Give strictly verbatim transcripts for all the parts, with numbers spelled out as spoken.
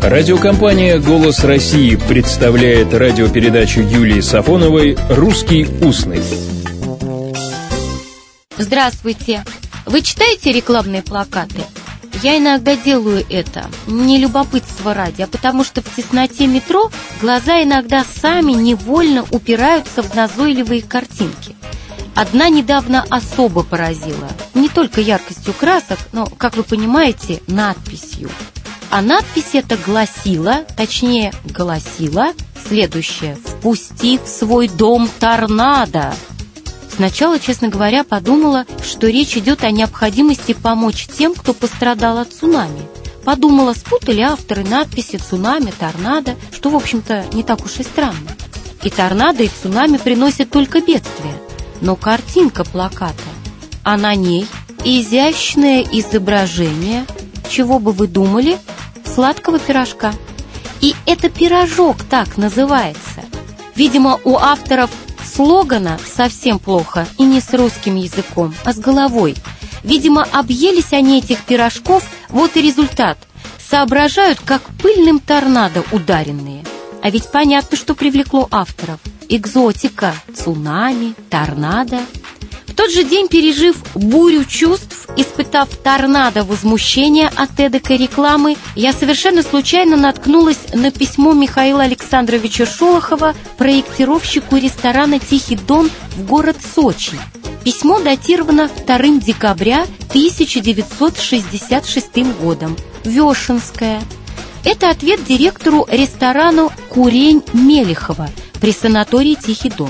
Радиокомпания «Голос России» представляет радиопередачу Юлии Сафоновой «Русский устный». Здравствуйте! Вы читаете рекламные плакаты? Я иногда делаю это, не любопытство ради, а потому что в тесноте метро глаза иногда сами невольно упираются в назойливые картинки. Одна недавно особо поразила, не только яркостью красок, но, как вы понимаете, надписью. А надпись эта гласила, точнее, голосила следующее: «Впусти в свой дом торнадо». Сначала, честно говоря, подумала, что речь идет о необходимости помочь тем, кто пострадал от цунами. Подумала, спутали авторы надписи «Цунами», «Торнадо», что, в общем-то, не так уж и странно. И торнадо, и цунами приносят только бедствия. Но картинка плаката, а на ней изящное изображение, чего бы вы думали, сладкого пирожка. И это пирожок так называется. Видимо, у авторов слогана совсем плохо, и не с русским языком, а с головой. Видимо, объелись они этих пирожков, вот и результат. Соображают, как пыльным торнадо ударенные. А ведь понятно, что привлекло авторов. Экзотика, цунами, торнадо. В тот же день, пережив бурю чувств, испытав торнадо возмущения от эдакой рекламы, я совершенно случайно наткнулась на письмо Михаила Александровича Шолохова, проектировщику ресторана «Тихий Дон» в город Сочи. Письмо датировано второго декабря тысяча девятьсот шестьдесят шестым годом. Вешенское. Это ответ директору ресторану «Курень» Мелехова при санатории «Тихий Дон».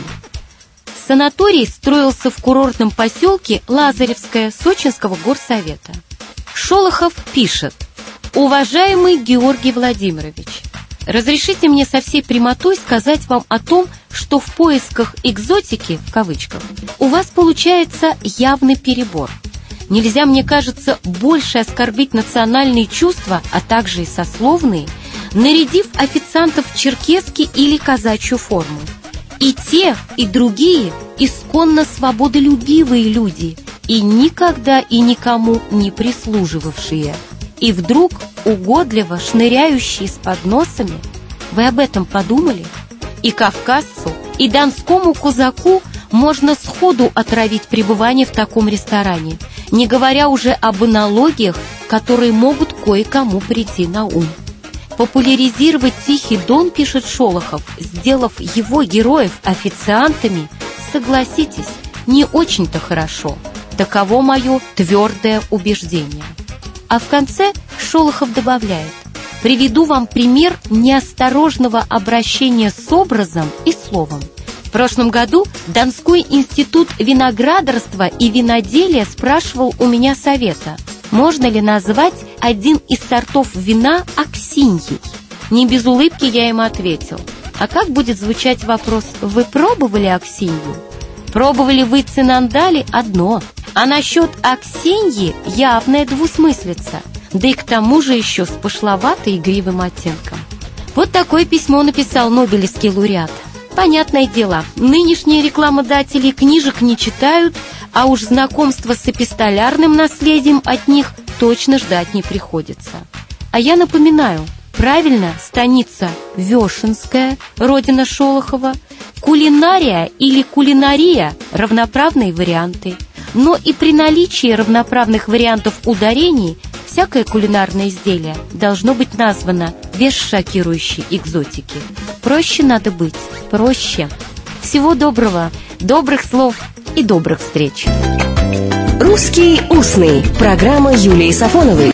Санаторий строился в курортном поселке Лазаревское Сочинского горсовета. Шолохов пишет: «Уважаемый Георгий Владимирович, разрешите мне со всей прямотой сказать вам о том, что в поисках экзотики, в кавычках, у вас получается явный перебор. Нельзя, мне кажется, больше оскорбить национальные чувства, а также и сословные, нарядив официантов в черкесский или казачью форму. И те, и другие исконно свободолюбивые люди, и никогда и никому не прислуживавшие. И вдруг угодливо шныряющие с подносами. Вы об этом подумали? И кавказцу, и донскому казаку можно сходу отравить пребывание в таком ресторане, не говоря уже об аналогиях, которые могут кое-кому прийти на ум. Популяризировать «Тихий Дон», пишет Шолохов, сделав его героев официантами, согласитесь, не очень-то хорошо. Таково мое твердое убеждение». А в конце Шолохов добавляет: «Приведу вам пример неосторожного обращения с образом и словом. В прошлом году Донской институт виноградарства и виноделия спрашивал у меня совета, можно ли назвать один из сортов вина Аксиньей. Не без улыбки я ему ответил: а как будет звучать вопрос: вы пробовали Аксинью? Пробовали вы Цинандали — одно, а насчет Аксиньи явная двусмыслица, да и к тому же еще с пошловато игривым оттенком». Вот такое письмо написал нобелевский лауреат. Понятное дело, нынешние рекламодатели книжек не читают, а уж знакомство с эпистолярным наследием от них точно ждать не приходится. А я напоминаю, правильно, станица Вешенская, родина Шолохова, кулинария или кулинария – равноправные варианты. Но и при наличии равноправных вариантов ударений всякое кулинарное изделие должно быть названо без шокирующей экзотики. Проще надо быть, проще. Всего доброго, добрых слов и добрых встреч. «Русский устный». Программа Юлии Сафоновой.